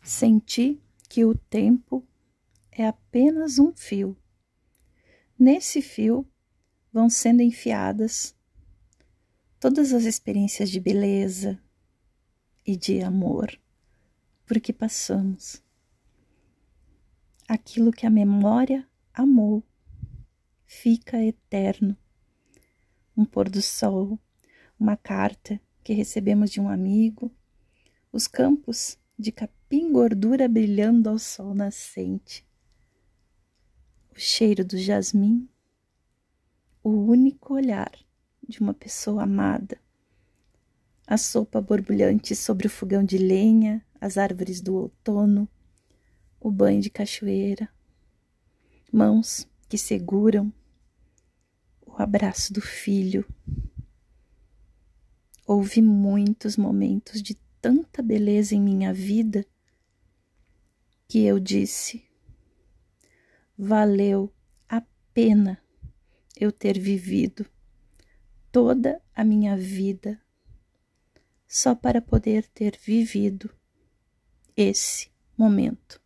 Senti que o tempo é apenas um fio. Nesse fio vão sendo enfiadas todas as experiências de beleza e de amor por que passamos. Aquilo que a memória amou fica eterno. Um pôr do sol, uma carta que recebemos de um amigo, os campos de capim gordura brilhando ao sol nascente, o cheiro do jasmim, o único olhar de uma pessoa amada, a sopa borbulhante sobre o fogão de lenha, as árvores do outono, o banho de cachoeira, mãos que seguram, o abraço do filho. Houve muitos momentos de tanta beleza em minha vida que eu disse: valeu a pena eu ter vivido toda a minha vida só para poder ter vivido esse momento.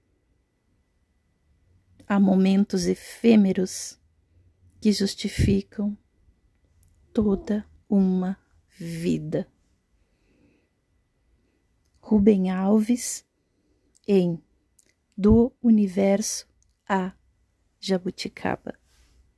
Há momentos efêmeros que justificam toda uma vida. Rubem Alves, em Do Universo a Jabuticaba.